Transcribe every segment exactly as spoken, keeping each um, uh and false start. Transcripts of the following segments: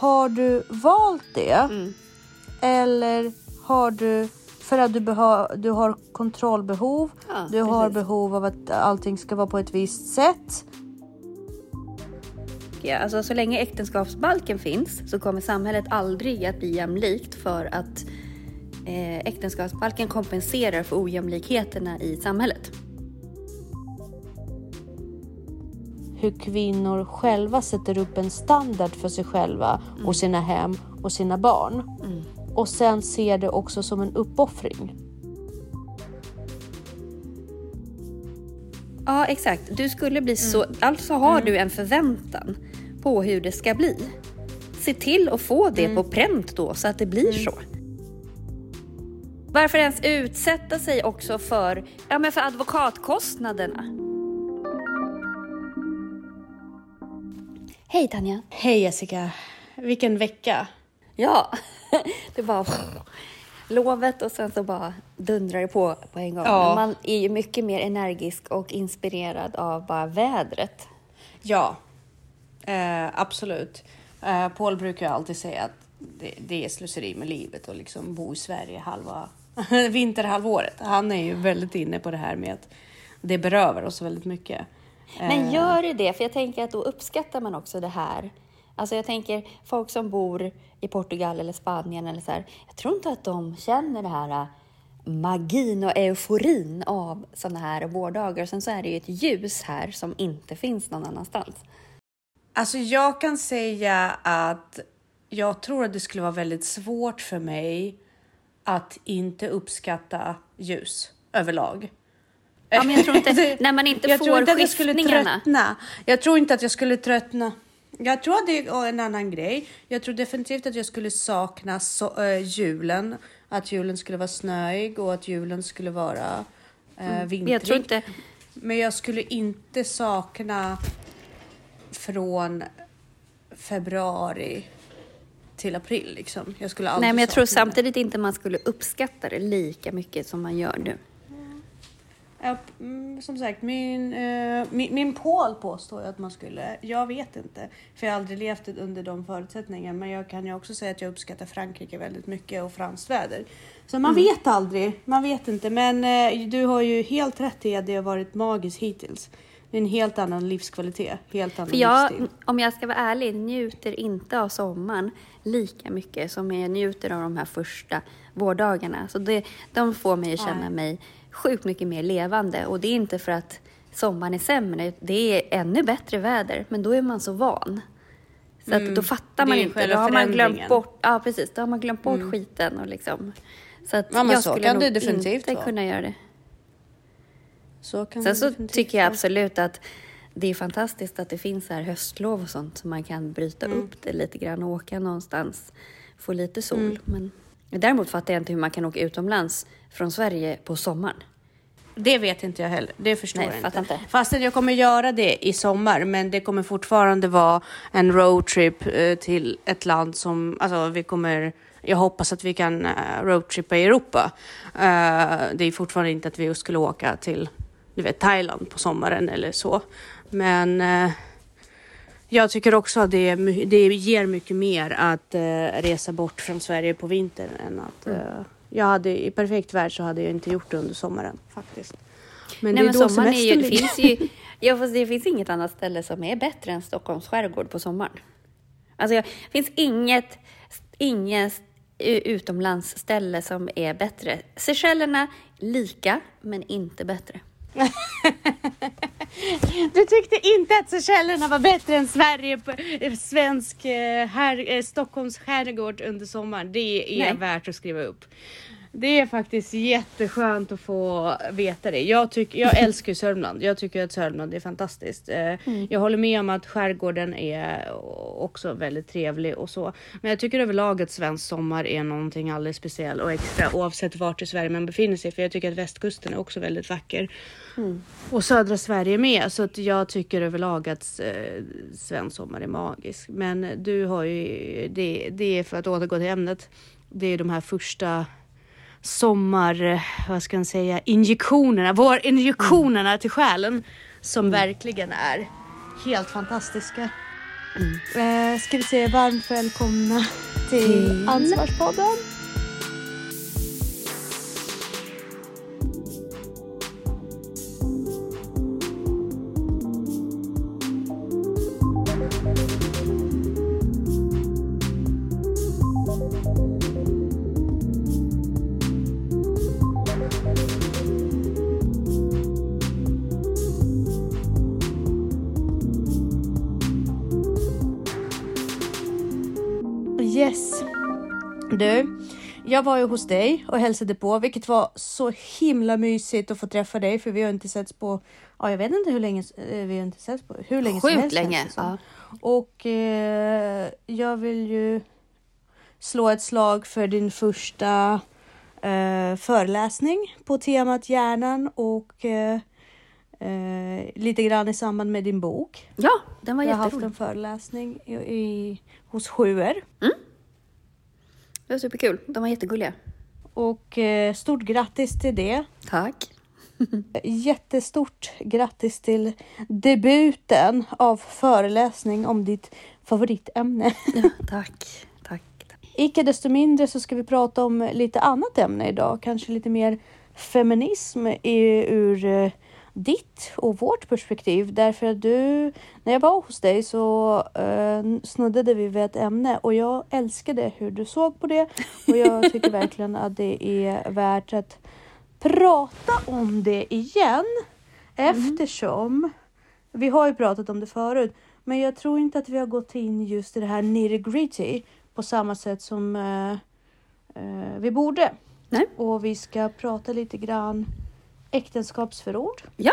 har du valt det? Mm. Eller har du, för att du, behö, du har kontrollbehov, Ja, du precis. har behov av att allting ska vara på ett visst sätt. Ja, alltså så länge äktenskapsbalken finns så kommer samhället aldrig att bli jämlikt, för att eh, äktenskapsbalken kompenserar för ojämlikheterna i samhället. Hur kvinnor själva sätter upp en standard för sig själva mm. och sina hem och sina barn. Mm. Och sen ser det också som en uppoffring. Ja, exakt. Du skulle bli så... Mm. Alltså har mm. du en förväntan på hur det ska bli. Se till att få det mm. på pränt då, så att det blir mm. så. Varför ens utsätta sig också för, ja, men för advokatkostnaderna? Hej Tanja. Hej Jessica. Vilken vecka. Ja, det var lovet och sen så bara dundrar det på på en gång. Ja. Man är ju mycket mer energisk och inspirerad av bara vädret. Ja, eh, absolut. Eh, Paul brukar alltid säga att det, det är slöseri med livet och liksom bo i Sverige halva vinterhalvåret. Han är ju väldigt inne på det här med att det berövar oss väldigt mycket. Men gör det det? För jag tänker att då uppskattar man också det här. Alltså jag tänker folk som bor i Portugal eller Spanien eller så här. Jag tror inte att de känner det här magin och euforin av sådana här vårdagar. Sen så är det ju ett ljus här som inte finns någon annanstans. Alltså jag kan säga att jag tror att det skulle vara väldigt svårt för mig att inte uppskatta ljus överlag. Ja, men jag tror inte, när man inte jag får tror inte skiftningarna. Att jag, skulle tröttna. jag tror inte att jag skulle tröttna. Jag tror att det är en annan grej. Jag tror definitivt att jag skulle sakna så, äh, julen. Att julen skulle vara snöig och att julen skulle vara äh, mm. vintrig. Jag tror inte... Men jag skulle inte sakna från februari till april. Liksom. Jag skulle aldrig Nej, men jag tror det. samtidigt inte man skulle uppskatta det lika mycket som man gör nu. Ja, som sagt, min, eh, min, min Paul påstår att man skulle, jag vet inte, för jag har aldrig levt under de förutsättningarna, men jag kan ju också säga att jag uppskattar Frankrike väldigt mycket och franskt väder. Så man mm. vet aldrig, man vet inte, men eh, du har ju helt rätt i att det har varit magiskt hittills. Det är en helt annan livskvalitet, helt annan för jag, livsstil. Om jag ska vara ärlig, njuter inte av sommaren lika mycket som jag njuter av de här första vårdagarna. Så det, de får mig att känna Nej. mig sjukt mycket mer levande. Och det är inte för att sommaren är sämre. Det är ännu bättre väder. Men då är man så van. Så att mm, då fattar man inte. Då har man glömt bort, ja, precis, då har man glömt bort mm. skiten. Och liksom. Så att ja, jag så skulle kan nog det definitivt inte vara. kunna göra det. Så kan Sen det så definitivt tycker jag vara. absolut att det är fantastiskt att det finns här höstlov och sånt. Så man kan bryta mm. upp det lite grann och åka någonstans. Få lite sol. Mm. Men däremot fattar jag inte hur man kan åka utomlands från Sverige på sommaren. Det vet inte jag heller. Det förstår Nej, jag inte. inte. Fastän jag kommer göra det i sommar. Men det kommer fortfarande vara en roadtrip eh, till ett land som... Alltså vi kommer... Jag hoppas att vi kan uh, roadtrippa i Europa. Uh, det är fortfarande inte att vi skulle åka till du vet, Thailand på sommaren eller så. Men uh, jag tycker också att det, det ger mycket mer att uh, resa bort från Sverige på vintern än att... Uh, mm. Jag hade, i perfekt värld så hade jag inte gjort det under sommaren faktiskt. Men Nej, det är men då semestern är ju, det, ligger. finns ju, ja, fast det finns inget annat ställe som är bättre än Stockholms skärgård på sommaren. Alltså det finns inget, inget utomlandsställe som är bättre. Seychellerna lika, men inte bättre. Du tyckte inte att Seychellerna var bättre än Sverige på svensk här, Stockholms skärgård under sommaren. Det är Nej. värt att skriva upp. Det är faktiskt jätteskönt att få veta det. Jag, tycker, jag älskar Sörmland. Jag tycker att Sörmland är fantastiskt. Mm. Jag håller med om att skärgården är också väldigt trevlig och så. Men jag tycker överlag att svensk sommar är någonting alldeles speciellt och extra oavsett vart i Sverige man befinner sig. För jag tycker att västkusten är också väldigt vacker. Mm. Och södra Sverige med. Så att jag tycker överlag att eh, svensk sommar är magisk. Men du har ju, det, det är för att återgå till ämnet. Det är de här första... sommar, vad ska jag säga, injektionerna, vår injektionerna mm. till själen som mm. verkligen är helt fantastiska. Mm. Eh, ska vi säga varmt välkomna till, till Ansvarspodden. Yes. Du, jag var ju hos dig och hälsade på, vilket var så himla mysigt att få träffa dig, för vi har inte setts på, ja jag vet inte hur länge vi har inte setts på, hur länge Sjukt som helst. länge. Ja. Och eh, jag vill ju slå ett slag för din första eh, föreläsning på temat hjärnan och eh, eh, lite grann i samband med din bok. Ja, den var jätterolig. Jag har jätterolig. haft en föreläsning i, i, hos Sjuer. Mm. Det var superkul. De var jättegulliga. Och eh, stort grattis till det. Tack. Jättestort grattis till debuten av föreläsning om ditt favoritämne. Ja, tack. Tack. Icke desto mindre så ska vi prata om lite annat ämne idag. Kanske lite mer feminism i, ur eh, ditt och vårt perspektiv. Därför att du, när jag var hos dig så eh, snuddade vi vid ett ämne. Och jag älskade hur du såg på det. Och jag tycker verkligen att det är värt att prata om det igen. Mm. Eftersom vi har ju pratat om det förut. Men jag tror inte att vi har gått in just i det här nitty-gritty på samma sätt som eh, eh, vi borde. Nej. Och vi ska prata lite grann äktenskapsförord. Ja.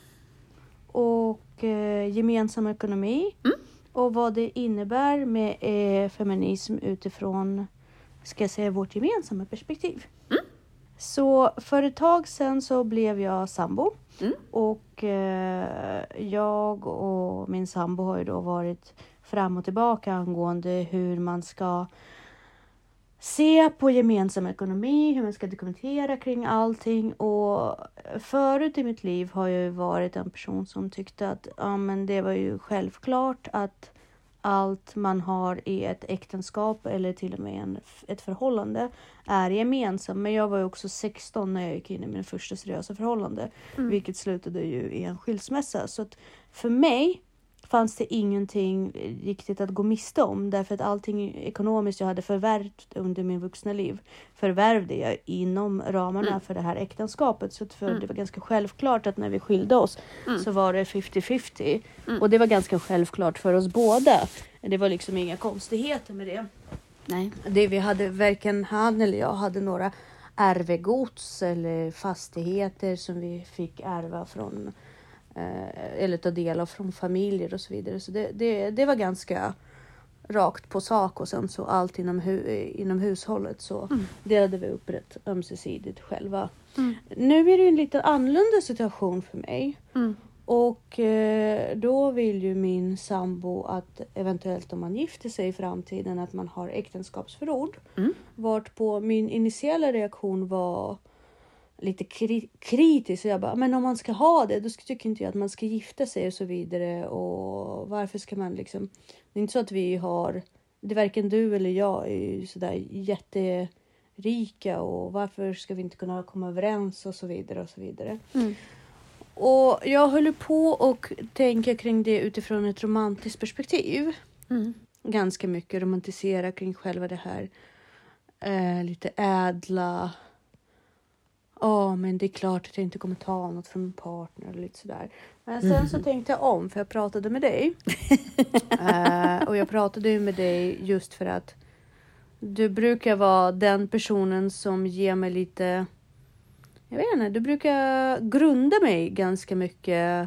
Och eh, gemensam ekonomi. Mm. Och vad det innebär med eh, feminism utifrån, ska jag säga, vårt gemensamma perspektiv. Mm. Så för ett tag sedan så blev jag sambo. Mm. Och eh, jag och min sambo har ju då varit fram och tillbaka angående hur man ska se på gemensam ekonomi, hur man ska dokumentera kring allting. Och förut i mitt liv har jag ju varit en person som tyckte att ja, men det var ju självklart att allt man har i ett äktenskap eller till och med en, ett förhållande är gemensamt. Men jag var ju också sexton när jag gick in i min första seriösa förhållande. Mm. Vilket slutade ju i en skilsmässa. Så att för mig fanns det ingenting riktigt att gå miste om. Därför att allting ekonomiskt jag hade förvärvt under min vuxna liv förvärvde jag inom ramarna mm. för det här äktenskapet. Så för mm. det var ganska självklart att när vi skilde oss mm. så var det femtio femtio. Mm. Och det var ganska självklart för oss båda. Det var liksom inga konstigheter med det. Nej. Det vi hade, varken han eller jag hade några ärvegods eller fastigheter som vi fick ärva från eller ta del av från familjer och så vidare. Så det, det, det var ganska rakt på sak, och sen så allt inom, hu, inom hushållet så mm. delade vi upp rätt ömsesidigt själva. Mm. Nu är det en lite annorlunda situation för mig. Mm. Och eh, då vill ju min sambo att eventuellt om man gifter sig i framtiden att man har äktenskapsförord. Mm. Vart på min initiala reaktion var lite kri- kritisk. Så jag bara, men om man ska ha det, då tycker inte jag att man ska gifta sig och så vidare. Och varför ska man liksom... Det är inte så att vi har... Det varken du eller jag är ju sådär jätterika. Och varför ska vi inte kunna komma överens och så vidare och så vidare. Mm. Och jag håller på och tänker kring det utifrån ett romantiskt perspektiv. Mm. Ganska mycket romantisera kring själva det här eh, lite ädla... Ja, oh, men det är klart att jag inte kommer ta något från min partner eller lite sådär. Men sen mm. så tänkte jag om, för jag pratade med dig. uh, och jag pratade ju med dig just för att du brukar vara den personen som ger mig lite... Jag vet inte, du brukar grunda mig ganska mycket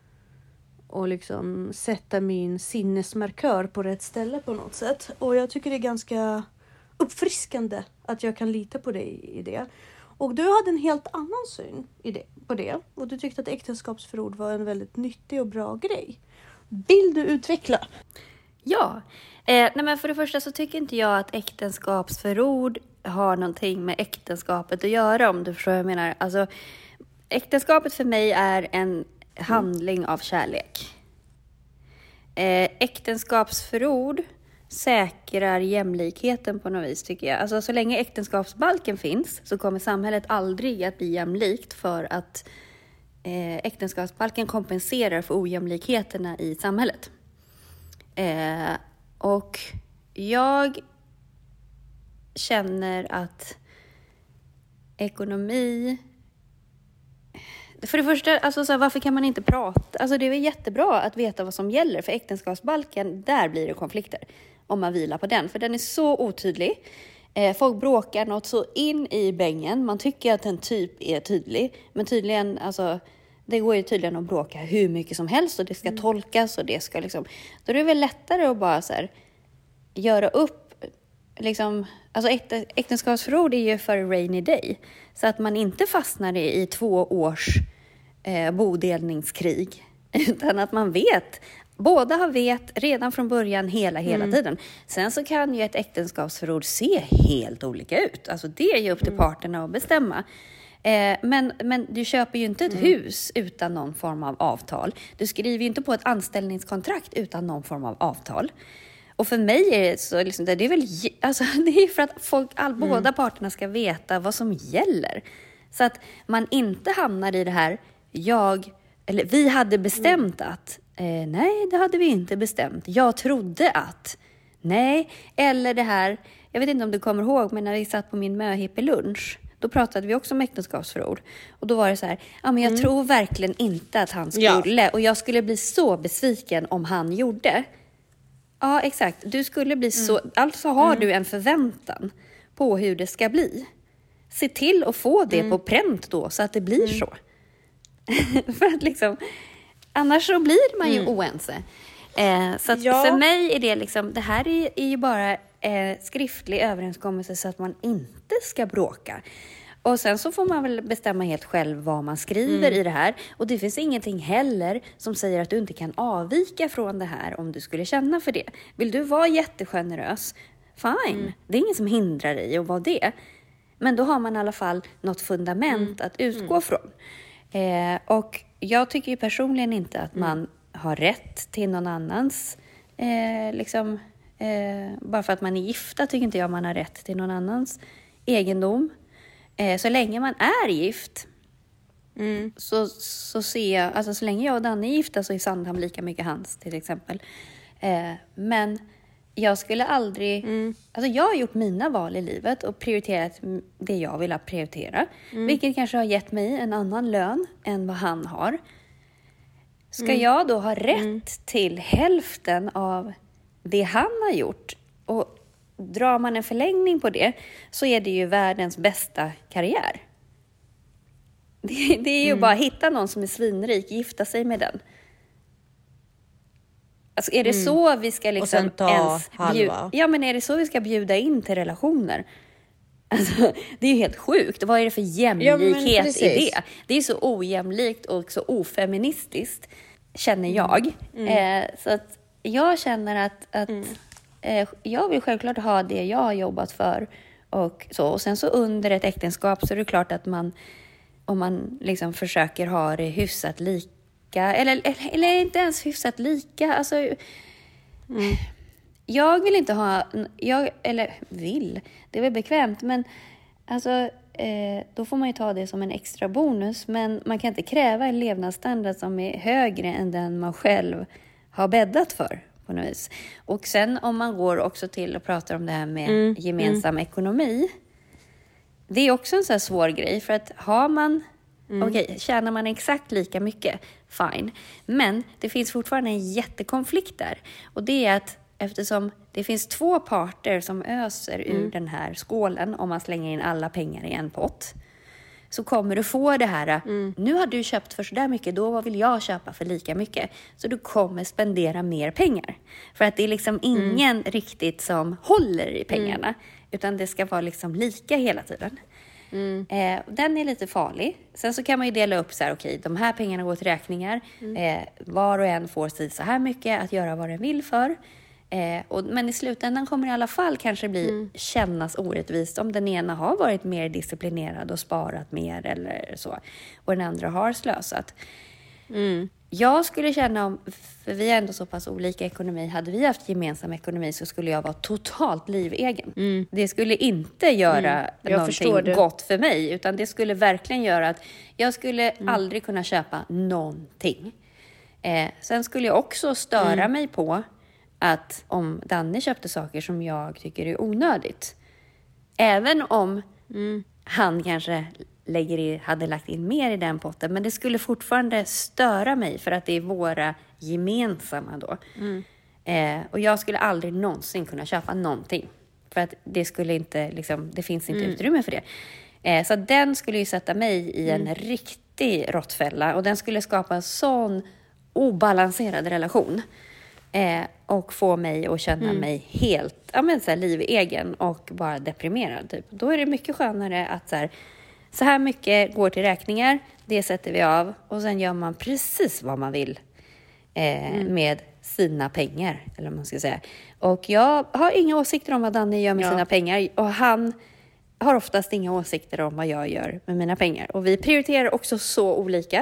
och liksom sätta min sinnesmarkör på rätt ställe på något sätt. Och jag tycker det är ganska uppfriskande att jag kan lita på dig i det. Och du hade en helt annan syn i det, på det. Och du tyckte att äktenskapsförord var en väldigt nyttig och bra grej. Vill du utveckla? Ja. Eh, nej men för det första så tycker inte jag att äktenskapsförord har någonting med äktenskapet att göra, om du förstår vad jag menar. Alltså, äktenskapet för mig är en handling av kärlek. eh, äktenskapsförord säkrar jämlikheten på något vis, tycker jag. Alltså så länge äktenskapsbalken finns så kommer samhället aldrig att bli jämlikt, för att eh, äktenskapsbalken kompenserar för ojämlikheterna i samhället. Eh, och jag känner att ekonomi... För det första, alltså så här, varför kan man inte prata? Alltså det är väl jättebra att veta vad som gäller, för äktenskapsbalken, där blir det konflikter om man vilar på den. För den är så otydlig. Eh, folk bråkar något så in i bängen. Man tycker att den typ är tydlig. Men tydligen, alltså, det går ju tydligen att bråka hur mycket som helst. Och det ska mm. tolkas och det ska liksom... Då är det väl lättare att bara så här, göra upp... Liksom, alltså äktenskapsförord är ju för rainy day. Så att man inte fastnar i, i två års eh, bodelningskrig. Utan att man vet... Båda har vet redan från början hela, hela mm. tiden. Sen så kan ju ett äktenskapsförord se helt olika ut. Alltså det är ju upp till mm. parterna att bestämma. Eh, men, men du köper ju inte ett mm. hus utan någon form av avtal. Du skriver ju inte på ett anställningskontrakt utan någon form av avtal. Och för mig är det så, liksom, det är väl, alltså, det är för att folk, all, mm. båda parterna ska veta vad som gäller. Så att man inte hamnar i det här, jag, eller vi hade bestämt mm. att, eh, nej det hade vi inte bestämt. Jag trodde att, nej, eller det här, jag vet inte om du kommer ihåg, men när vi satt på min möhippelunch, då pratade vi också om äktenskapsförord. Och då var det så här, ja men jag mm. tror verkligen inte att han skulle, ja. och jag skulle bli så besviken om han gjorde. Ja, exakt. Du skulle bli mm. så... Alltså har mm. du en förväntan på hur det ska bli. Se till att få det mm. på pränt då, så att det blir mm. så. För att liksom... Annars så blir man ju mm. oense. Eh, så att ja. för mig är det liksom... Det här är, är ju bara eh, skriftlig överenskommelse så att man inte ska bråka. Och sen så får man väl bestämma helt själv vad man skriver mm. i det här. Och det finns ingenting heller som säger att du inte kan avvika från det här om du skulle känna för det. Vill du vara jättegenerös? Fine. Mm. Det är ingen som hindrar dig att vara det. Men då har man i alla fall något fundament mm. att utgå mm. från. Eh, och jag tycker ju personligen inte att man mm. har rätt till någon annans... Eh, liksom, eh, bara för att man är gifta tycker inte jag man har rätt till någon annans egendom. Så länge man är gift mm. så, så ser jag, alltså så länge jag och Danne är gifta så är Sandhamn lika mycket hans till exempel. Eh, men jag skulle aldrig, mm. alltså jag har gjort mina val i livet och prioriterat det jag vill prioritera. Mm. Vilket kanske har gett mig en annan lön än vad han har. Ska mm. jag då ha rätt mm. till hälften av det han har gjort? Och drar man en förlängning på det så är det ju världens bästa karriär. Det, det är ju mm. bara att hitta någon som är svinrik, gifta sig med den. Alltså är det mm. så vi ska liksom och sen ta ens halva. Bjuda, ja men är det så vi ska bjuda in till relationer? Alltså, det är ju helt sjukt. Vad är det för jämlikhet ja, i det? Det är så ojämlikt och så ofeministiskt, känner jag. Mm. Eh, så att jag känner att, att mm. jag vill självklart ha det jag har jobbat för och så. Och sen så under ett äktenskap så är det klart att man, om man liksom försöker ha det hyfsat lika, eller, eller, eller inte ens hyfsat lika, alltså mm. jag vill inte ha, jag, eller vill, det är väl bekvämt, men alltså eh, då får man ju ta det som en extra bonus, men man kan inte kräva en levnadsstandard som är högre än den man själv har bäddat för. På något vis. Och sen om man går också till och pratar om det här med mm, gemensam mm. ekonomi. Det är också en så här svår grej. För att har man, mm. okej, okay, tjänar man exakt lika mycket, fine. Men det finns fortfarande en jättekonflikt där. Och det är att eftersom det finns två parter som öser ur mm. den här skålen, om man slänger in alla pengar i en pott, så kommer du få det här, mm. nu har du köpt för så där mycket, då vill jag köpa för lika mycket. Så du kommer spendera mer pengar. För att det är liksom ingen mm. riktigt som håller i pengarna. Mm. Utan det ska vara liksom lika hela tiden. Mm. Eh, den är lite farlig. Sen så kan man ju dela upp så här, okej, okay, de här pengarna går till räkningar. Mm. Eh, var och en får sig så här mycket att göra vad den vill för. Eh, och, men i slutändan kommer det i alla fall kanske bli mm. kännas orättvist om den ena har varit mer disciplinerad och sparat mer eller så, och den andra har slösat. Mm. jag skulle känna om, för vi är ändå så pass olika ekonomi, hade vi haft gemensam ekonomi så skulle jag vara totalt livegen. Mm. Det skulle inte göra mm. någonting gott för mig, utan det skulle verkligen göra att jag skulle mm. aldrig kunna köpa någonting. Eh, sen skulle jag också störa mm. mig på att om Danny köpte saker som jag tycker är onödigt, även om mm. han kanske lägger i, hade lagt in mer i den potten, men det skulle fortfarande störa mig för att det är våra gemensamma då. Mm. Eh, och jag skulle aldrig någonsin kunna köpa någonting, för att det skulle inte, liksom, det finns inte mm. utrymme för det. Eh, så den skulle ju sätta mig i en mm. riktig råttfälla, och den skulle skapa en sån obalanserad relation. Eh, och få mig att känna mm. mig helt ja, men så här, livegen och bara deprimerad. Typ. Då är det mycket skönare att så här, så här mycket går till räkningar, det sätter vi av. Och sen gör man precis vad man vill eh, mm. med sina pengar. Eller vad man ska säga. Och jag har inga åsikter om vad Danny gör med ja. sina pengar. Och han har oftast inga åsikter om vad jag gör med mina pengar. Och vi prioriterar också så olika.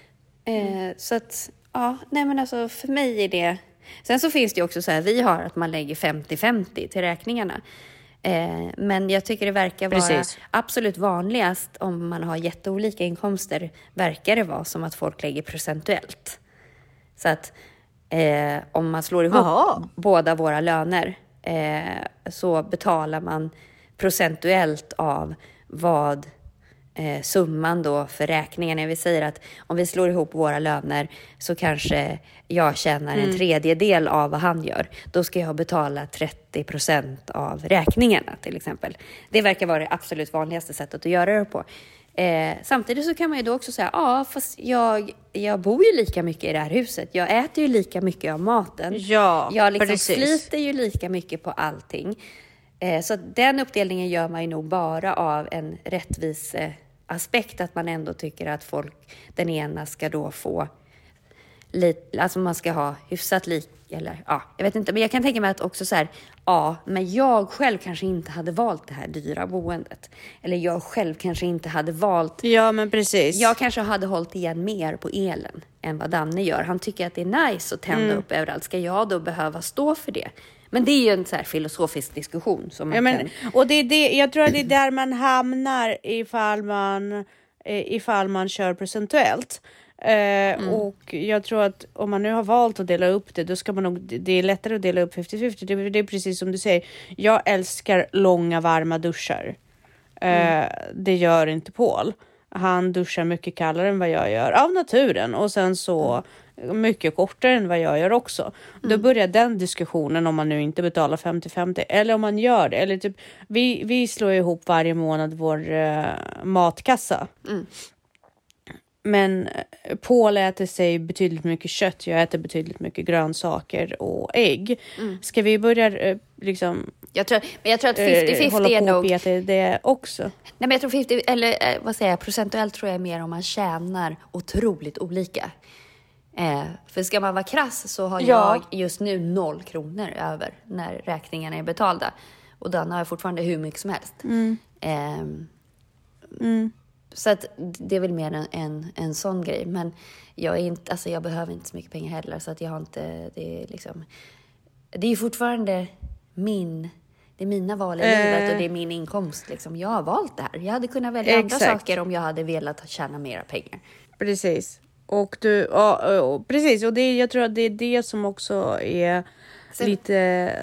Eh, mm. Så att, ja, nej men alltså för mig är det... Sen så finns det också så här, vi har att man lägger femtio femtio till räkningarna. Eh, men jag tycker det verkar vara Precis. absolut vanligast om man har jätteolika inkomster, verkar det vara som att folk lägger procentuellt. Så att eh, om man slår ihop Aha. båda våra löner eh, så betalar man procentuellt av vad eh, summan då för räkningen. Jag vill säga att om vi slår ihop våra löner så kanske jag tjänar en mm. tredjedel av vad han gör. Då ska jag betala trettio procent av räkningarna till exempel. Det verkar vara det absolut vanligaste sättet att göra det på. Eh, samtidigt så kan man ju då också säga, ja fast jag, jag bor ju lika mycket i det här huset. Jag äter ju lika mycket av maten. Ja, jag liksom precis. sliter ju lika mycket på allting. Eh, så den uppdelningen gör man ju nog bara av en rättvis eh, aspekt. Att man ändå tycker att folk, den ena ska då få lite, alltså man ska ha hyfsat lik, eller ja, jag vet inte, men jag kan tänka mig att också så här, ja, men jag själv kanske inte hade valt det här dyra boendet, eller jag själv kanske inte hade valt, ja men precis, jag kanske hade hållit igen mer på elen än vad Danne gör. Han tycker att det är nice att tända mm. upp överallt. Ska jag då behöva stå för det? Men det är ju en så här filosofisk diskussion som man ja, men, kan... och det är det, jag tror att det är där man hamnar ifall man ifall man kör procentuellt. Eh, mm. Och jag tror att om man nu har valt att dela upp det, då ska man nog, det är lättare att dela upp femtio femtio. Det, det är precis som du säger. Jag älskar långa varma duschar. Eh, mm. Det gör inte Paul. Han duschar mycket kallare än vad jag gör av naturen. Och sen så mm. mycket kortare än vad jag gör också. Mm. Då börjar den diskussionen om man nu inte betalar femtio femtio. Eller om man gör det. Eller typ, vi, vi slår ihop varje månad vår uh, matkassa. Mm. Men Paul äter sig betydligt mycket kött. Jag äter betydligt mycket grönsaker och ägg. Mm. Ska vi börja liksom... Jag tror, men jag tror att femtio femtio hålla är på nog... och det också. Nej, men jag tror femtio, eller vad säger jag, procentuellt tror jag mer om man tjänar otroligt olika. Eh, för ska man vara krass så har ja. jag just nu noll kronor över när räkningarna är betalda. Och den har jag fortfarande hur mycket som helst. Mm. Eh, mm. Så att det är väl mer en, en, en sån grej. Men jag, är inte, alltså jag behöver inte så mycket pengar heller. Så att jag har inte... Det är, liksom, det är ju fortfarande min... Det är mina val i äh. livet och det är min inkomst. Liksom. Jag har valt det här. Jag hade kunnat välja Exakt. andra saker om jag hade velat tjäna mera pengar. Precis. Och du... Ja, ja, precis. Och det, jag tror att det är det som också är Sen, lite...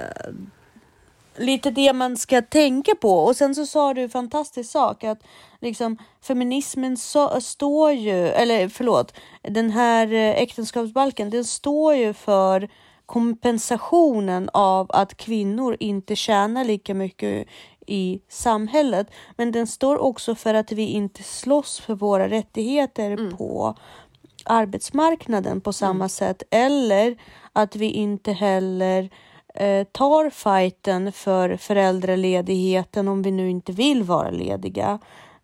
Lite det man ska tänka på. Och sen så sa du en fantastisk sak. Att liksom feminismen så, står ju... Eller förlåt. Den här äktenskapsbalken. Den står ju för kompensationen av att kvinnor inte tjänar lika mycket i samhället. Men den står också för att vi inte slåss för våra rättigheter mm. på arbetsmarknaden på samma mm. sätt. Eller att vi inte heller... tar fighten för föräldraledigheten om vi nu inte vill vara lediga.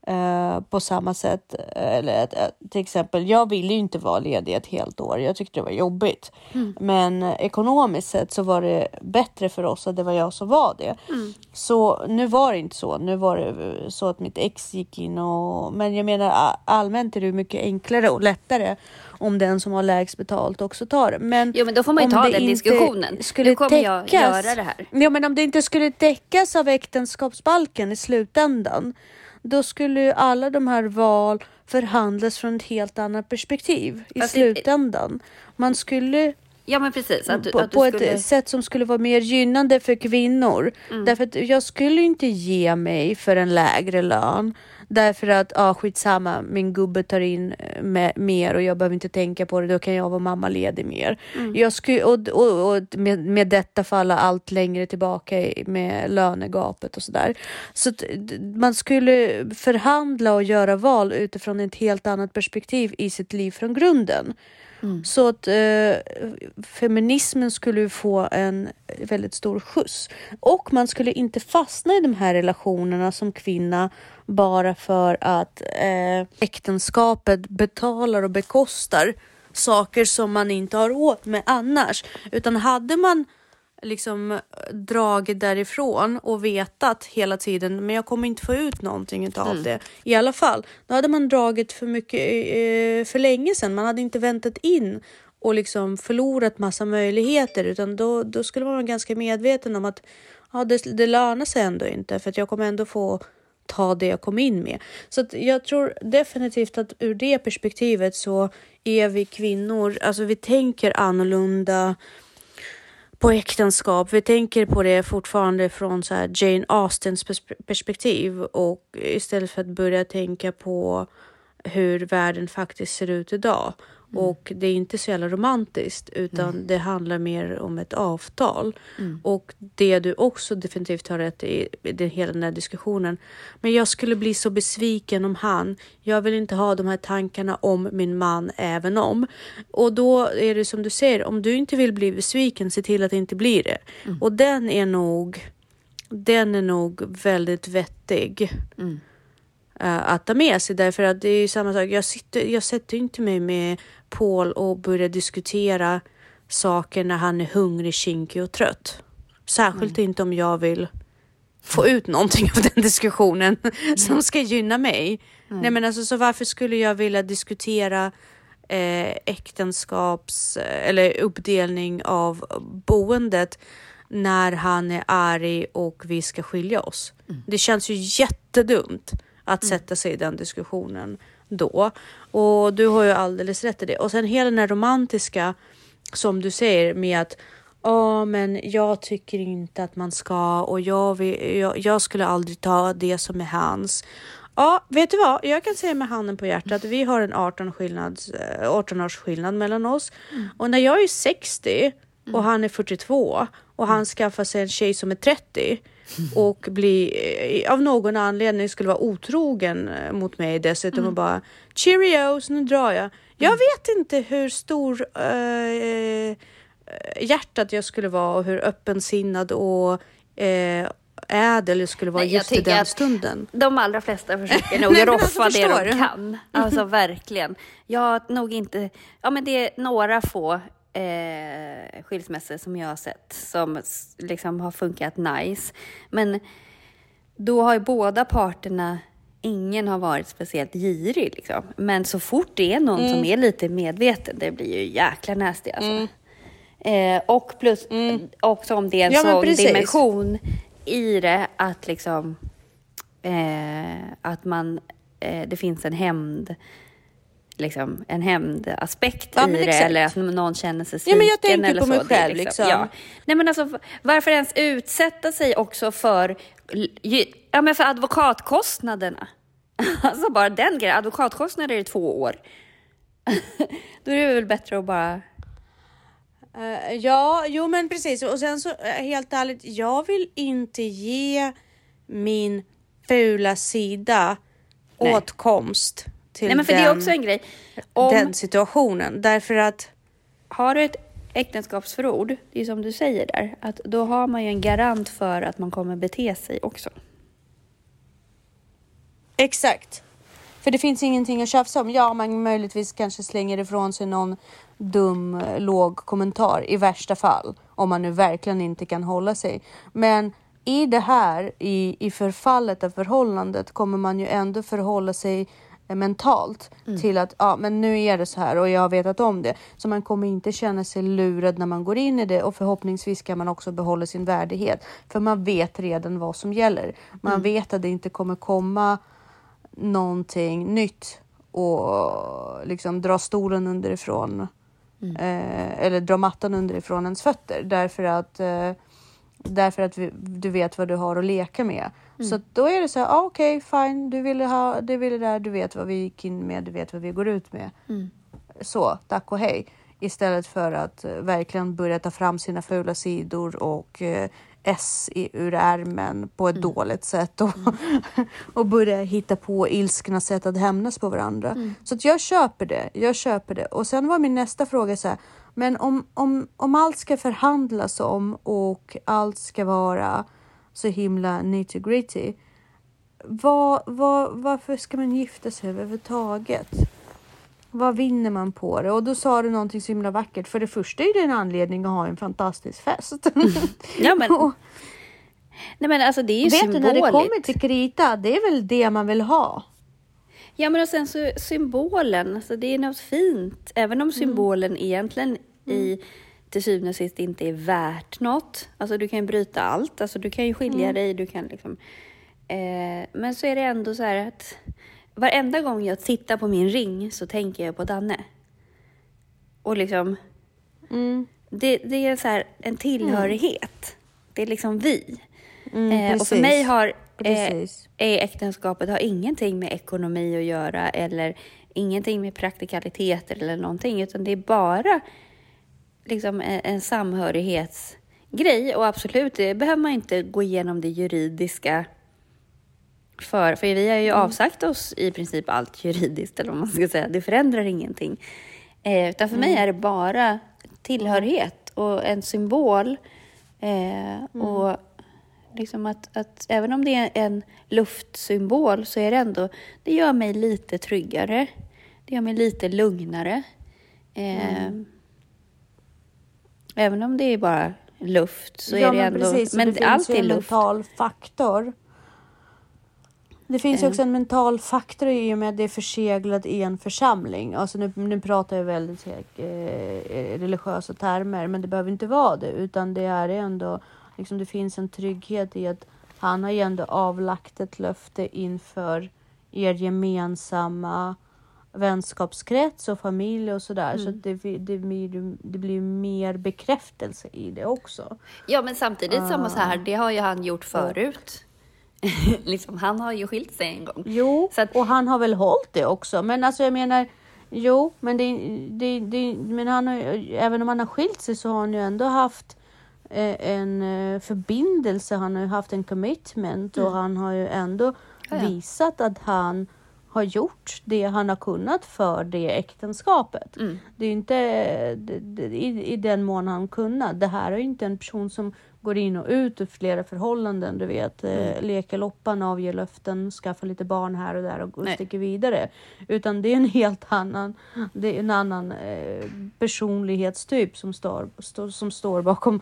Uh, på samma sätt. Eller, uh, till exempel, jag ville ju inte vara ledig ett helt år. Jag tyckte det var jobbigt. Mm. Men uh, ekonomiskt sett så var det bättre för oss att det var jag som var det. Mm. Så nu var det inte så. Nu var det så att mitt ex gick in och... Men jag menar, allmänt är det mycket enklare och lättare om den som har lägst betalt också tar det. Men, jo, men då får man ju ta den diskussionen. Skulle nu kommer täckas, jag göra det här. Ja, men om det inte skulle täckas av äktenskapsbalken i slutändan, då skulle ju alla de här val förhandlas från ett helt annat perspektiv i Fast slutändan. Man skulle... Ja, men precis. Att du, på att du på skulle... ett sätt som skulle vara mer gynnande för kvinnor. Mm. Därför att jag skulle inte ge mig för en lägre lön. Därför att, ja, ah, skitsamma, min gubbe tar in med, mer och jag behöver inte tänka på det. Då kan jag vara mamma ledig mer. Mm. Jag skulle, och och, och med, med detta falla allt längre tillbaka med lönegapet och sådär. Så att man skulle förhandla och göra val utifrån ett helt annat perspektiv i sitt liv från grunden. Mm. Så att eh, feminismen skulle få en väldigt stor skjuts. Och man skulle inte fastna i de här relationerna som kvinna bara för att eh, äktenskapet betalar och bekostar saker som man inte har råd med annars. Utan hade man liksom dragit därifrån och vetat hela tiden, men jag kommer inte få ut någonting av mm. det. I alla fall, då hade man dragit för mycket eh, för länge sedan. Man hade inte väntat in och liksom förlorat massa möjligheter, utan då, då skulle man vara ganska medveten om att ja, det, det lönar sig ändå inte, för att jag kommer ändå få ta det jag kom in med. Så att jag tror definitivt att ur det perspektivet så är vi kvinnor, alltså vi tänker annorlunda på äktenskap. Vi tänker på det fortfarande från så här Jane Austens perspektiv, och istället för att börja tänka på hur världen faktiskt ser ut idag. Mm. Och det är inte så jävla romantiskt, utan mm. det handlar mer om ett avtal. Mm. Och det du också definitivt har rätt i, i den, hela den här diskussionen. Men jag skulle bli så besviken om han. Jag vill inte ha de här tankarna om min man även om. Och då är det som du säger, om du inte vill bli besviken, se till att det inte blir det. Mm. Och den är nog, den är nog väldigt vettig. Mm. Att ta med sig, därför att det är samma sak. Jag, sitter, jag sätter inte mig med Paul och börjar diskutera saker när han är hungrig, kinkig och trött. Särskilt mm. inte om jag vill få ut någonting av den diskussionen mm. som ska gynna mig. Mm. Nej, men alltså, så varför skulle jag vilja diskutera eh, äktenskaps eller uppdelning av boendet när han är arg och vi ska skilja oss? Mm. Det känns ju jättedumt att mm. sätta sig i den diskussionen då. Och du har ju alldeles rätt i det. Och sen hela den här romantiska, som du säger, med att ja, men jag tycker inte att man ska, och jag, vill, jag, jag skulle aldrig ta det som är hans. Ja, vet du vad? Jag kan säga med handen på hjärtat att vi har en arton, skillnad, arton års skillnad mellan oss. Mm. Och när jag är sextio och han är fyrtiotvå och han skaffar sig en tjej som är trettio och blir, av någon anledning skulle vara otrogen mot mig dessutom mm. och bara cheerios, nu drar jag. Jag mm. vet inte hur stor äh, hjärtat jag skulle vara och hur öppensinnad och äh, ädel jag skulle vara. Nej, just i den stunden. De allra flesta försöker nog roffa det de kan. Alltså verkligen. Jag har nog inte, ja men det är några få Eh, skilsmässor som jag har sett som liksom har funkat nice, men då har ju båda parterna, ingen har varit speciellt girig liksom. Men så fort det är någon mm. som är lite medveten, det blir ju jäkla nasty alltså. Mm. eh, och plus mm. också om det är en ja, sån dimension i det att liksom eh, att man eh, det finns en hämnd, liksom en hämndaspekt ja, i det, exakt. Eller att någon känner sig sviken. Ja, men jag tänker eller på mig så. själv. Det, liksom. Liksom. Ja. Nej, men alltså, varför ens utsätta sig också för, ja, men för advokatkostnaderna? Alltså bara den grejen. Advokatkostnader är två år. Då är det väl bättre att bara... Uh, ja, jo men precis. Och sen så, helt ärligt, jag vill inte ge min fula sida Nej. åtkomst till Nej, men för den, det är också en grej. Om, den situationen. Därför att har du ett äktenskapsförord, det är som du säger där, att då har man ju en garant för att man kommer bete sig också. Exakt. För det finns ingenting att tjafsa om. Ja, man möjligtvis kanske slänger ifrån sig någon dum, låg kommentar i värsta fall. Om man nu verkligen inte kan hålla sig. Men i det här, i, i förfallet av förhållandet, kommer man ju ändå förhålla sig mentalt mm. till att ja, men nu är det så här och jag har vetat om det. Så man kommer inte känna sig lurad när man går in i det, och förhoppningsvis kan man också behålla sin värdighet. För man vet redan vad som gäller. Man mm. vet att det inte kommer komma någonting nytt och liksom dra stolen underifrån mm. eh, eller dra mattan underifrån ens fötter, därför att eh, därför att vi, du vet vad du har att leka med. Mm. Så då är det så här, ah, okej, okay, fine, du ville ha, du ville där, du vet vad vi gick in med, du vet vad vi går ut med. Mm. Så, tack och hej. Istället för att uh, verkligen börja ta fram sina fula sidor och uh, S i, ur ärmen på ett mm. dåligt sätt. Och, mm. och börja hitta på ilskna sätt att hämnas på varandra. Mm. Så att jag köper det, jag köper det. Och sen var min nästa fråga så här, men om, om, om allt ska förhandlas om och allt ska vara så himla nitty gritty, vad, vad, varför ska man gifta sig överhuvudtaget? Vad vinner man på det? Och då sa du någonting så himla vackert. För det första är det en anledning att ha en fantastisk fest. Ja, men, nej, men alltså det är ju vet symboligt. Du, när det kommer till krita, det är väl det man vill ha. Ja, men och sen så symbolen, alltså det är något fint. Även om symbolen mm. egentligen mm. i till syvende och sist inte är värt något. Alltså du kan bryta allt. Alltså du kan ju skilja mm. dig. Du kan liksom, eh, men så är det ändå så här att varenda gång jag tittar på min ring så tänker jag på Danne. Och liksom mm. det, det är så här en tillhörighet. Mm. Det är liksom vi. Mm, eh, och för mig har eh, äktenskapet har ingenting med ekonomi att göra. Eller ingenting med praktikaliteter eller någonting. Utan det är bara liksom en, en samhörighetsgrej. Och absolut, det behöver man inte gå igenom det juridiska för. För vi har ju mm. avsagt oss i princip allt juridiskt, eller vad man ska säga. Det förändrar ingenting. Eh, utan för mm. mig är det bara tillhörighet och en symbol. Eh, mm. Och liksom att, att även om det är en luftsymbol så är det ändå, det gör mig lite tryggare. Det gör mig lite lugnare. Eh, mm. Även om det är bara luft så ja, är det men ändå... Precis, men det allt finns ju en luft. Mental faktor. Det finns ju också en mental faktor i och med att det är förseglat i en församling. Alltså nu, nu pratar jag väldigt eh, religiösa termer, men det behöver inte vara det. Utan det är ändå, liksom det finns en trygghet i att han har ju ändå avlagt ett löfte inför er gemensamma vänskapskrets och familj och sådär. Mm. Så det, det, blir, det blir mer bekräftelse i det också. Ja, men samtidigt uh. som så här, det har ju han gjort förut. liksom, han har ju skilt sig en gång. Jo, så att, och han har väl hållit det också. Men alltså jag menar, jo, men, det, det, det, men han har, även om han har skilt sig så har han ju ändå haft eh, en eh, förbindelse. Han har ju haft en commitment mm. och han har ju ändå ja, ja. visat att han har gjort det han har kunnat för det äktenskapet. Mm. Det är ju inte det, det, i, i den mån han kunnat. Det här är ju inte en person som går in och ut ur flera förhållanden, du vet. Mm. Leker loppan, avger löften, skaffa lite barn här och där och Nej. sticker vidare. Utan det är en helt annan, det är en annan eh, personlighetstyp som står, stå, som står bakom,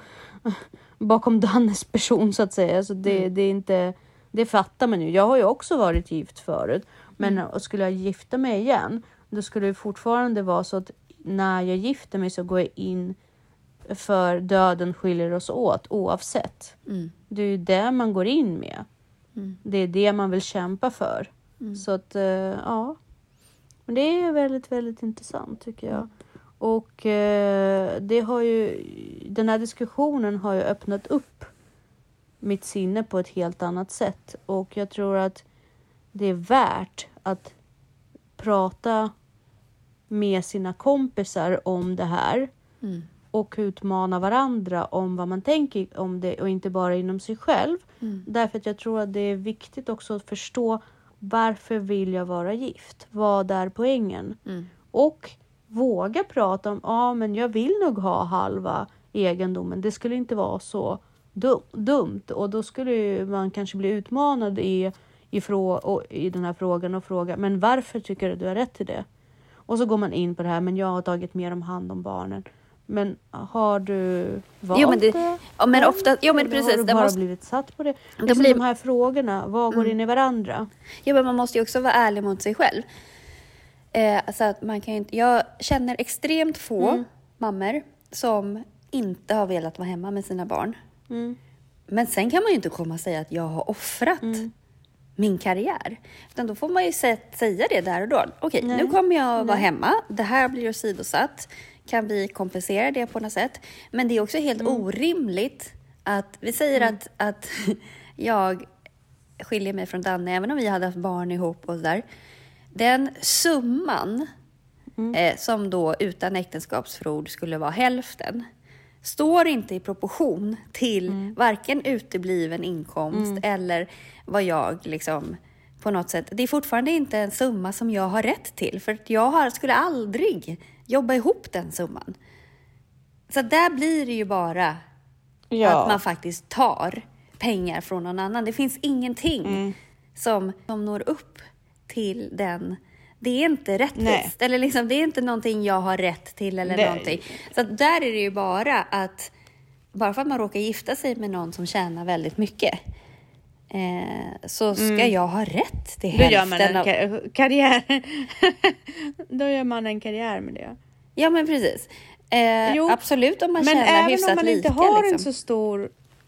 bakom Dannes person så att säga. Så det, mm. det är inte, det fattar man ju. Jag har ju också varit gift förut. Men mm. skulle jag gifta mig igen, då skulle det fortfarande vara så att när jag gifter mig så går jag in för döden skiljer oss åt oavsett. Mm. Det är ju det man går in med. Mm. Det är det man vill kämpa för. Mm. Så att, uh, ja. Men det är väldigt, väldigt intressant tycker jag. Mm. Och uh, det har ju, den här diskussionen har ju öppnat upp mitt sinne på ett helt annat sätt. Och jag tror att det är värt att prata med sina kompisar om det här. Mm. Och utmana varandra om vad man tänker om det. Och inte bara inom sig själv. Mm. Därför att jag tror att det är viktigt också att förstå. Varför vill jag vara gift? Vad är poängen? Mm. Och våga prata om. Ja men jag vill nog ha halva egendomen. Det skulle inte vara så dum, dumt. Och då skulle man kanske bli utmanad i, i, frå- i den här frågan och frågar, men varför tycker du du har rätt till det? Och så går man in på det här, men jag har tagit mer om hand om barnen. Men har du valt jo, men det? det? Ja, men ofta, jo, men precis. Har du det bara måste, blivit satt på det? det Liksom blir, de här frågorna, vad går mm. in i varandra? Jo, men man måste ju också vara ärlig mot sig själv. Eh, alltså att man kan inte, jag känner extremt få mm. mammor som inte har velat vara hemma med sina barn. Mm. Men sen kan man ju inte komma och säga att jag har offrat mm. min karriär. Utan då får man ju säga det där och då. Okej, okay, nu kommer jag vara Nej. hemma. Det här blir åsidosatt. Kan vi kompensera det på något sätt? Men det är också helt mm. orimligt att vi säger mm. att, att jag skiljer mig från Danne, även om vi hade haft barn ihop och där. Den summan mm. eh, som då utan äktenskapsförord skulle vara hälften står inte i proportion till mm. varken utebliven inkomst mm. eller vad jag liksom på något sätt. Det är fortfarande inte en summa som jag har rätt till, för att jag har, skulle aldrig jobba ihop den summan. Så där blir det ju bara ja. att man faktiskt tar pengar från någon annan. Det finns ingenting mm. som, som når upp till den. Det är inte rättvist. Nej. Eller liksom, det är inte någonting jag har rätt till eller Nej. någonting. Så där är det ju bara att bara för att man råkar gifta sig med någon som tjänar väldigt mycket eh, så ska mm. jag ha rätt till hälften. Då gör man en av... kar- karriär. Då gör man en karriär med det. Ja, men precis. Eh, jo, absolut om man tjänar hyfsat lika. Men även om man inte lika, har liksom. en så stor...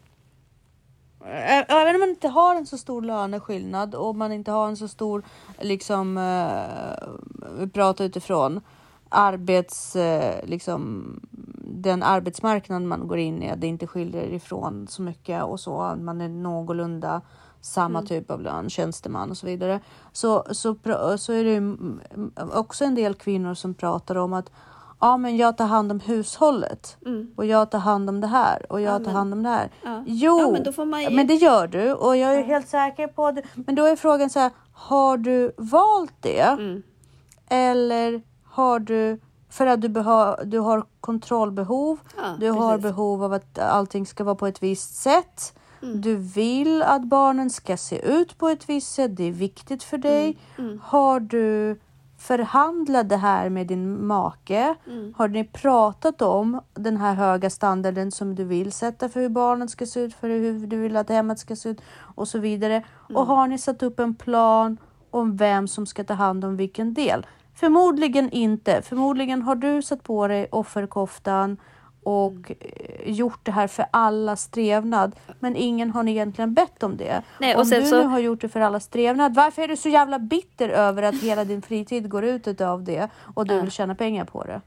Även om man inte har en så stor löneskillnad och man inte har en så stor, liksom, eh, vi pratar utifrån arbets, eh, liksom, den arbetsmarknad man går in i, det inte skiljer ifrån så mycket och så, man är någorlunda samma mm. typ av lön, tjänsteman och så vidare. Så, så, så är det också en del kvinnor som pratar om att ja, men jag tar hand om hushållet. Mm. Och jag tar hand om det här. Och jag ja, tar hand om det här. Ja. Jo, ja, men, då får man ju... men det gör du. Och jag är ja. helt säker på det. Men då är frågan så här. Har du valt det? Mm. Eller har du... För att du, behö, du har kontrollbehov. Ja, du precis. har behov av att allting ska vara på ett visst sätt. Mm. Du vill att barnen ska se ut på ett visst sätt. Det är viktigt för dig. Mm. Mm. Har du... förhandla det här med din make? Mm. Har ni pratat om den här höga standarden som du vill sätta för hur barnen ska se ut, för hur du vill att hemmet ska se ut och så vidare? Mm. Och har ni satt upp en plan om vem som ska ta hand om vilken del? Förmodligen inte. Förmodligen har du satt på dig offerkoftan och mm. gjort det här för alla strevnad. Men ingen har egentligen bett om det. Nej, och om du så... nu har gjort det för alla strevnad, varför är du så jävla bitter över att hela din fritid går ut av det och du ja. vill tjäna pengar på det?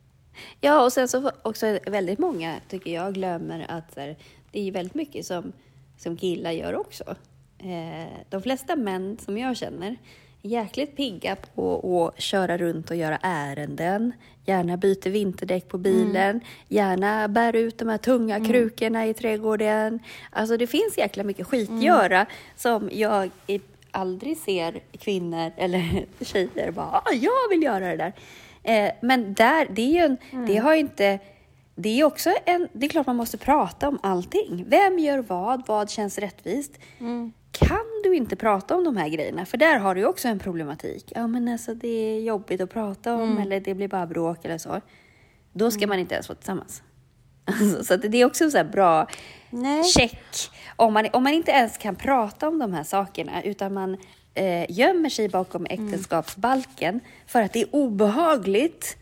Ja, och sen så också väldigt många tycker jag glömmer att här, det är väldigt mycket som, som killar gör också. Eh, de flesta män som jag känner jäkligt pigga på att köra runt och göra ärenden. Gärna byter vinterdäck på bilen. Mm. Gärna bär ut de här tunga mm. krukorna i trädgården. Alltså det finns jäkla mycket skit mm. göra som jag aldrig ser kvinnor eller tjejer bara, ah, jag vill göra det där. Eh, men där, det är ju en, mm. det har inte, det är också en, det är klart man måste prata om allting. Vem gör vad? Vad känns rättvist? Mm. Kan du inte prata om de här grejerna? För där har du också en problematik. Ja, men alltså det är jobbigt att prata om. Mm. Eller det blir bara bråk eller så. Då ska mm. man inte ens vara tillsammans. Alltså, så det är också en så här bra Nej. check. Om man, om man inte ens kan prata om de här sakerna. Utan man eh, gömmer sig bakom äktenskapsbalken. Mm. För att det är obehagligt.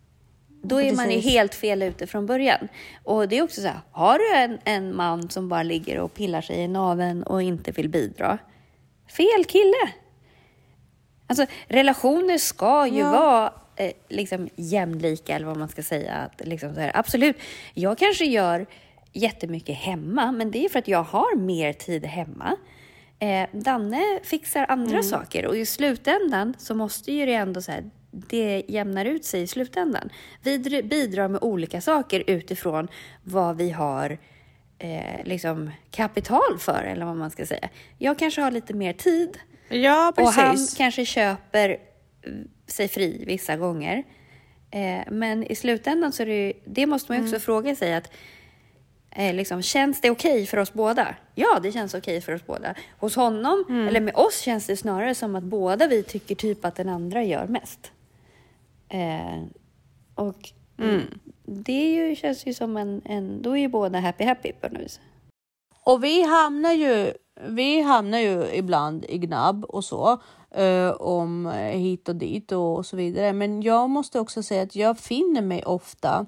Då är Precis. man ju helt fel ute från början. Och det är också så här, har du en, en man som bara ligger och pillar sig i naveln och inte vill bidra? Fel kille! Alltså, relationer ska ju ja. vara eh, liksom jämlika, eller vad man ska säga. Att, liksom så här, absolut, jag kanske gör jättemycket hemma, men det är för att jag har mer tid hemma. Eh, Danne fixar andra mm. saker, och i slutändan så måste ju det ändå så här, det jämnar ut sig i slutändan. Vi bidrar med olika saker utifrån vad vi har eh, liksom kapital för, eller vad man ska säga. Jag kanske har lite mer tid. Ja, precis. Och han kanske köper sig fri vissa gånger. Eh, men i slutändan så är det, det måste man ju också mm. fråga sig att Eh, liksom, känns det okej för oss båda? Ja, det känns okej för oss båda. Hos honom, mm. eller med oss, känns det snarare som att båda vi tycker typ att den andra gör mest. Eh, och mm. det är ju, känns ju som en, en... Då är ju båda happy happy på något vis. Och vi hamnar ju, vi hamnar ju ibland i gnabb och så. Uh, om hit och dit och, och så vidare. Men jag måste också säga att jag finner mig ofta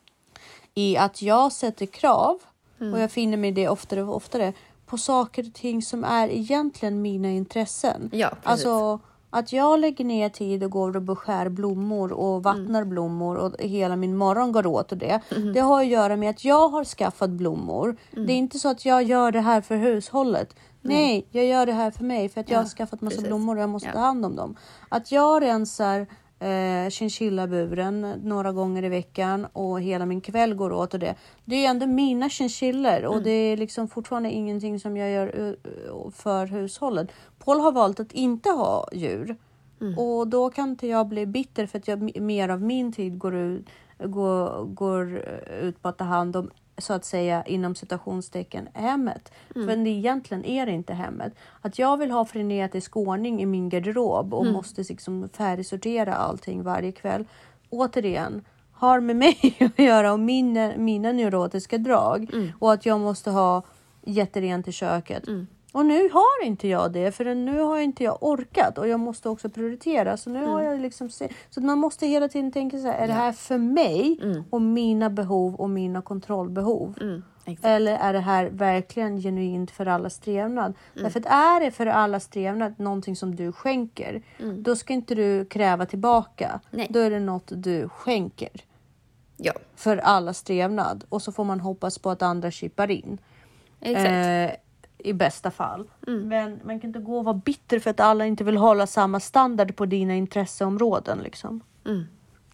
i att jag sätter krav. Mm. Och jag finner mig det oftare och oftare på saker och ting som är egentligen mina intressen. Ja, precis. Alltså att jag lägger ner tid och går och beskär blommor och vattnar mm. blommor och hela min morgon går åt och det. Mm. Det har att göra med att jag har skaffat blommor. Mm. Det är inte så att jag gör det här för hushållet. Nej, Nej jag gör det här för mig för att ja, jag har skaffat massa precis. blommor och jag måste ja. ta hand om dem. Att jag rensar eh, chinchillaburen några gånger i veckan och hela min kväll går åt och det. Det är ju ändå mina chinchillor och mm. det är liksom fortfarande ingenting som jag gör för hushållet. Paul har valt att inte ha djur mm. och då kan inte jag bli bitter för att jag, mer av min tid går ut, går, går ut på att ta hand om, så att säga, inom citationstecken hemmet. Mm. Men det egentligen är det inte hemmet. Att jag vill ha frenetisk ordning i min garderob och mm. måste liksom färdigsortera allting varje kväll. Återigen, har med mig att göra och mina, mina neurotiska drag. Mm. Och att jag måste ha jätterent i köket. Mm. Och nu har inte jag det, för nu har inte jag orkat och jag måste också prioritera. Så nu mm. har jag liksom se- så att man måste hela tiden tänka så här, är ja. det här för mig mm. och mina behov och mina kontrollbehov? Mm. Eller är det här verkligen genuint för alla strävnad? Mm. Därför att är det för alla strävnad någonting som du skänker, mm. då ska inte du kräva tillbaka. Nej. Då är det något du skänker. Ja. För alla strävnad. Och så får man hoppas på att andra chippar in. Exakt. Eh, I bästa fall. Mm. Men man kan inte gå och vara bitter för att alla inte vill hålla samma standard på dina intresseområden. Liksom. Mm.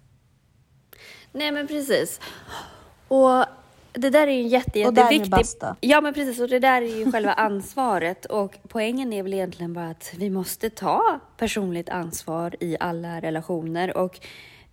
Nej, men precis. Och det där är ju jätte, jätteviktigt. Ja, men precis. Och det där är ju själva ansvaret. Och poängen är väl egentligen bara att vi måste ta personligt ansvar i alla relationer. Och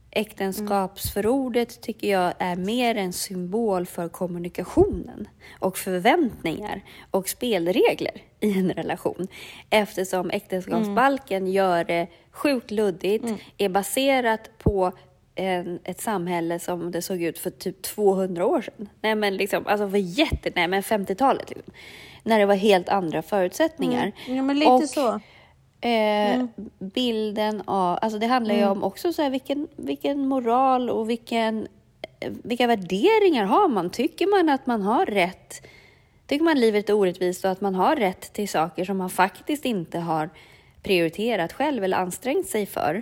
äktenskapsförordet tycker jag är mer en symbol för kommunikationen och förväntningar och spelregler i en relation. Eftersom äktenskapsbalken mm. gör det sjukt luddigt, mm. är baserat på en, ett samhälle som det såg ut för typ tvåhundra år sedan. Nej men liksom, alltså för jätte, nej men femtiotalet liksom. När det var helt andra förutsättningar. Mm. Ja men lite och, så. Eh, mm. bilden av, alltså det handlar ju mm. om också så här, vilken, vilken moral och vilken, vilka värderingar har man? Tycker man att man har rätt? Tycker man livet är orättvist och att man har rätt till saker som man faktiskt inte har prioriterat själv eller ansträngt sig för?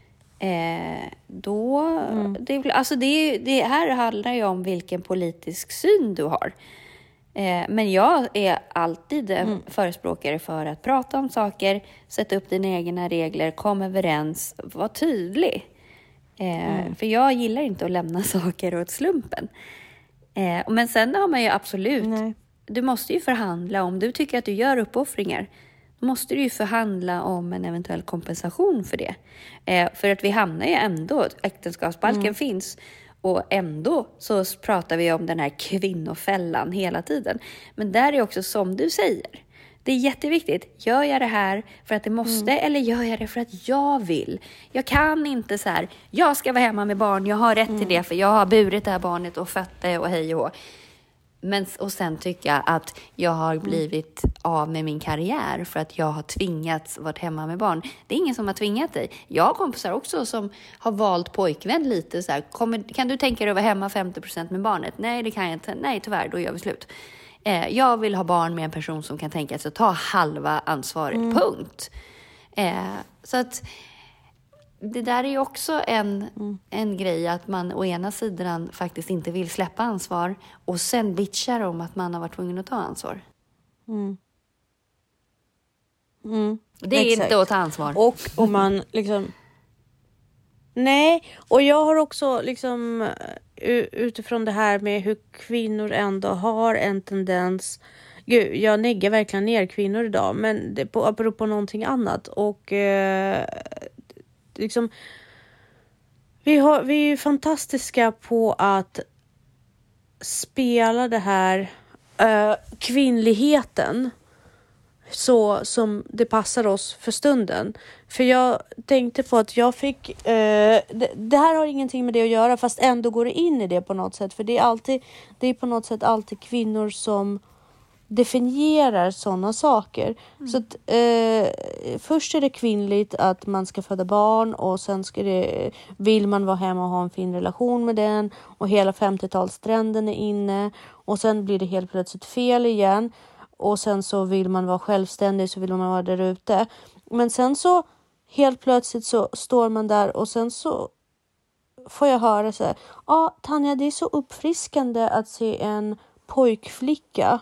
Eh, då, mm. det, alltså det, det här handlar ju om vilken politisk syn du har. Eh, men jag är alltid mm. förespråkare för att prata om saker, sätta upp dina egna regler, komma överens, vara tydlig. Eh, mm. För jag gillar inte att lämna saker åt slumpen. Eh, men sen har man ju absolut, Nej. du måste ju förhandla om, du tycker att du gör uppoffringar. Då måste du ju förhandla om en eventuell kompensation för det. Eh, för att vi hamnar ju ändå, äktenskapsbalken mm. finns. Och ändå så pratar vi om den här kvinnofällan hela tiden. Men där är också som du säger. Det är jätteviktigt. Gör jag det här för att det måste mm. eller gör jag det för att jag vill? Jag kan inte så här, jag ska vara hemma med barn. Jag har rätt mm. till det för jag har burit det här barnet och fött det och hej och hå. Men, och sen tycker jag att jag har blivit av med min karriär för att jag har tvingats vara hemma med barn. Det är ingen som har tvingat dig. Jag har kompisar också som har valt pojkvän lite så här. Kommer, kan du tänka dig att vara hemma femtio procent med barnet? Nej, det kan jag inte. Nej, tyvärr, då gör vi slut. Eh, jag vill ha barn med en person som kan tänka sig att ta halva ansvaret. Mm. Punkt. Eh, så att det där är ju också en, mm. en grej att man å ena sidan faktiskt inte vill släppa ansvar och sen bitchar om att man har varit tvungen att ta ansvar. Mm. Mm. Det är Exakt. inte att ta ansvar. Och om man liksom... Nej, och jag har också liksom utifrån det här med hur kvinnor ändå har en tendens... Gud, jag neggar verkligen ner kvinnor idag, men det beror på någonting annat. Och... Eh, liksom, vi, har, vi är ju fantastiska på att spela det här uh, kvinnligheten så som det passar oss för stunden. För jag tänkte på att jag fick uh, det, det här har ingenting med det att göra, fast ändå går det in i det på något sätt. För det är alltid, det är på något sätt alltid kvinnor som definierar sådana saker. Mm. Så att, eh, först är det kvinnligt att man ska föda barn, och sen ska det, vill man vara hemma och ha en fin relation med den, och hela femtiotalstrenden är inne, och sen blir det helt plötsligt fel igen, och sen så vill man vara självständig, så vill man vara där ute. Men sen så helt plötsligt så står man där, och sen så får jag höra så här: ja, ah, Tanja, det är så uppfriskande att se en pojkflicka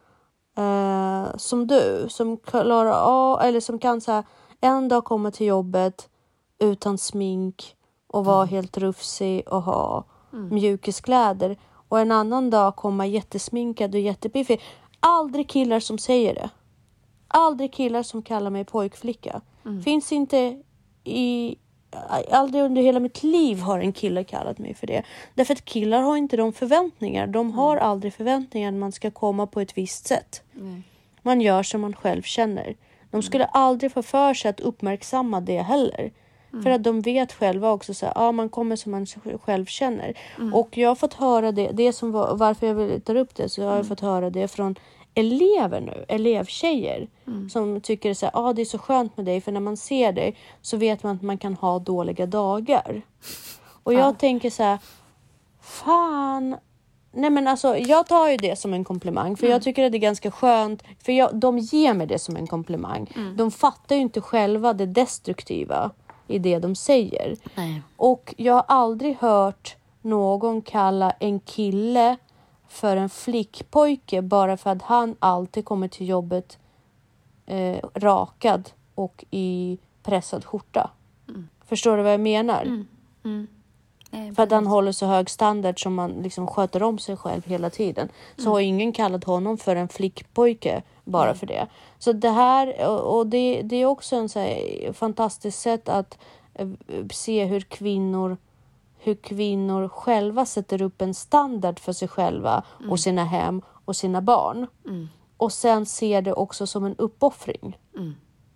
Uh, som du, som klarar av, eller som kan så här, en dag komma till jobbet utan smink och vara mm. helt rufsig och ha mm. mjukiskläder, och en annan dag komma jättesminkad och jättepiffig. Aldrig killar som säger det. Aldrig killar som kallar mig pojkflicka. Mm. Finns inte i aldrig under hela mitt liv har en kille kallat mig för det. Därför att killar har inte de förväntningar. De har mm. aldrig förväntningar att man ska komma på ett visst sätt. Mm. Man gör som man själv känner. De skulle mm. aldrig få för sig att uppmärksamma det heller. Mm. För att de vet själva också så här, ja, man kommer som man själv känner. Mm. Och jag har fått höra det, det som var, varför jag vill ta upp det, så jag har mm. fått höra det från elever nu, elevtjejer mm. som tycker så här, ah, det är så skönt med dig, för när man ser dig så vet man att man kan ha dåliga dagar. Och jag ja. tänker så här, fan, nej men alltså jag tar ju det som en komplimang, för mm. jag tycker att det är ganska skönt, för jag, de ger mig det som en komplimang. Mm. De fattar ju inte själva det destruktiva i det de säger. Nej. Och jag har aldrig hört någon kalla en kille för en flickpojke bara för att han alltid kommer till jobbet eh, rakad och i pressad skjorta. Mm. Förstår du vad jag menar? Mm. Mm. Nej, för att han håller så hög standard som man liksom sköter om sig själv hela tiden. Så mm. har ingen kallat honom för en flickpojke bara mm. för det. Så det här, och det, det är också en så här fantastiskt sätt att eh, se hur kvinnor hur kvinnor själva sätter upp en standard för sig själva mm. och sina hem och sina barn. Mm. Och sen ser det också som en uppoffring. Mm.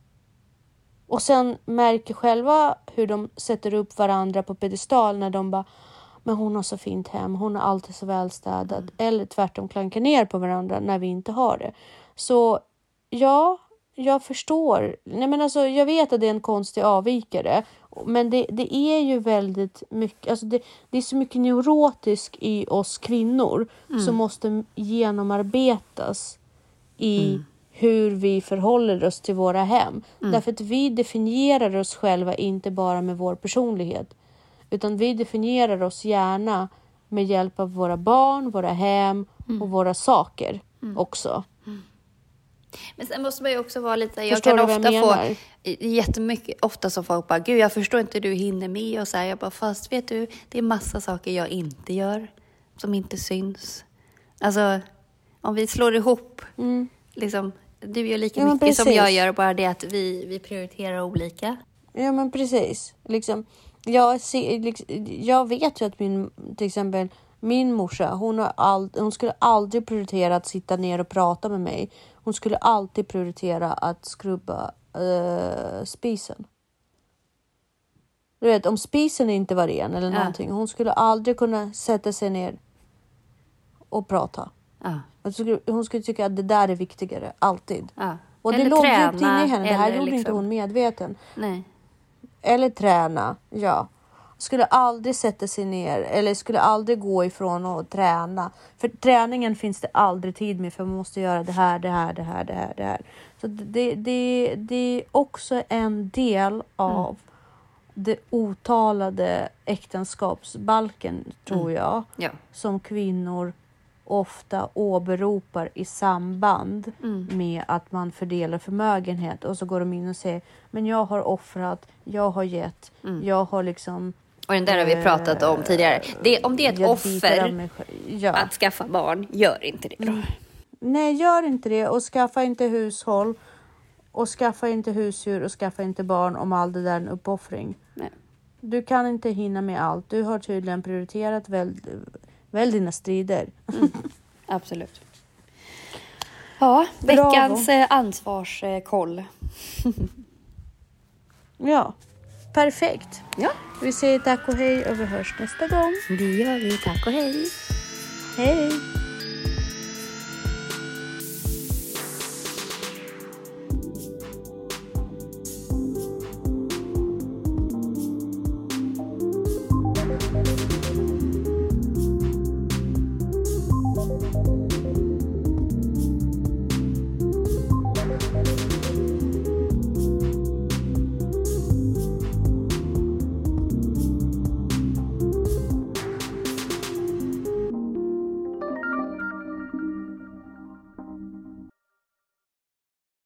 Och sen märker själva hur de sätter upp varandra på pedestal när de bara, men hon har så fint hem, hon är alltid så välstädad. Mm. Eller tvärtom klankar ner på varandra när vi inte har det. Så ja, jag förstår. Nej, men alltså, jag vet att det är en konstig avvikare. Men det, det är ju väldigt mycket, alltså det, det är så mycket neurotisk i oss kvinnor mm. som måste genomarbetas i mm. hur vi förhåller oss till våra hem. Mm. Därför att vi definierar oss själva inte bara med vår personlighet, utan vi definierar oss gärna med hjälp av våra barn, våra hem mm. och våra saker mm. också. Mm. Men sen måste man ju också vara lite, jag förstår kan ofta jag få jättemycket, ofta som folk bara, gud jag förstår inte du hinner med och så här, jag bara, fast vet du, det är massa saker jag inte gör som inte syns. Alltså, om vi slår ihop mm. liksom, du gör lika ja, mycket precis. Som jag gör, bara det att vi, vi prioriterar olika. Ja men precis, liksom, jag, ser, liksom, jag vet ju att min, till exempel min morsa, hon, har all, hon skulle aldrig prioritera att sitta ner och prata med mig. Hon skulle alltid prioritera att skrubba uh, spisen. Du vet, om spisen inte var ren eller ja. någonting. Hon skulle aldrig kunna sätta sig ner och prata. Ja. Hon, skulle, hon skulle tycka att det där är viktigare, alltid. Ja. Och eller det låg djupt inne i henne. Det här gjorde liksom inte hon medveten. Nej. Eller träna, ja. Skulle aldrig sätta sig ner eller skulle aldrig gå ifrån och träna. För träningen finns det aldrig tid med, för man måste göra det här, det här, det här, det här, det här. Så det, det, det är också en del av mm. det otalade äktenskapsbalken, tror mm. jag. Ja. Som kvinnor ofta åberopar i samband mm. med att man fördelar förmögenhet. Och så går de in och säger, men jag har offrat, jag har gett, mm. jag har liksom... Och den där har vi pratat om tidigare. Det, om det är ett offer ja. att skaffa barn, gör inte det bra. Mm. Nej, gör inte det. Och skaffa inte hushåll. Och skaffa inte husdjur och skaffa inte barn om allt det där är en uppoffring. Nej. Du kan inte hinna med allt. Du har tydligen prioriterat väldigt, Välj dina strider. Mm. Absolut. Ja, veckans Bravo. ansvarskoll. Ja, perfekt. Ja. Vi säger tack och hej och vi hörs nästa gång. Det gör vi. Tack och hej. Hej.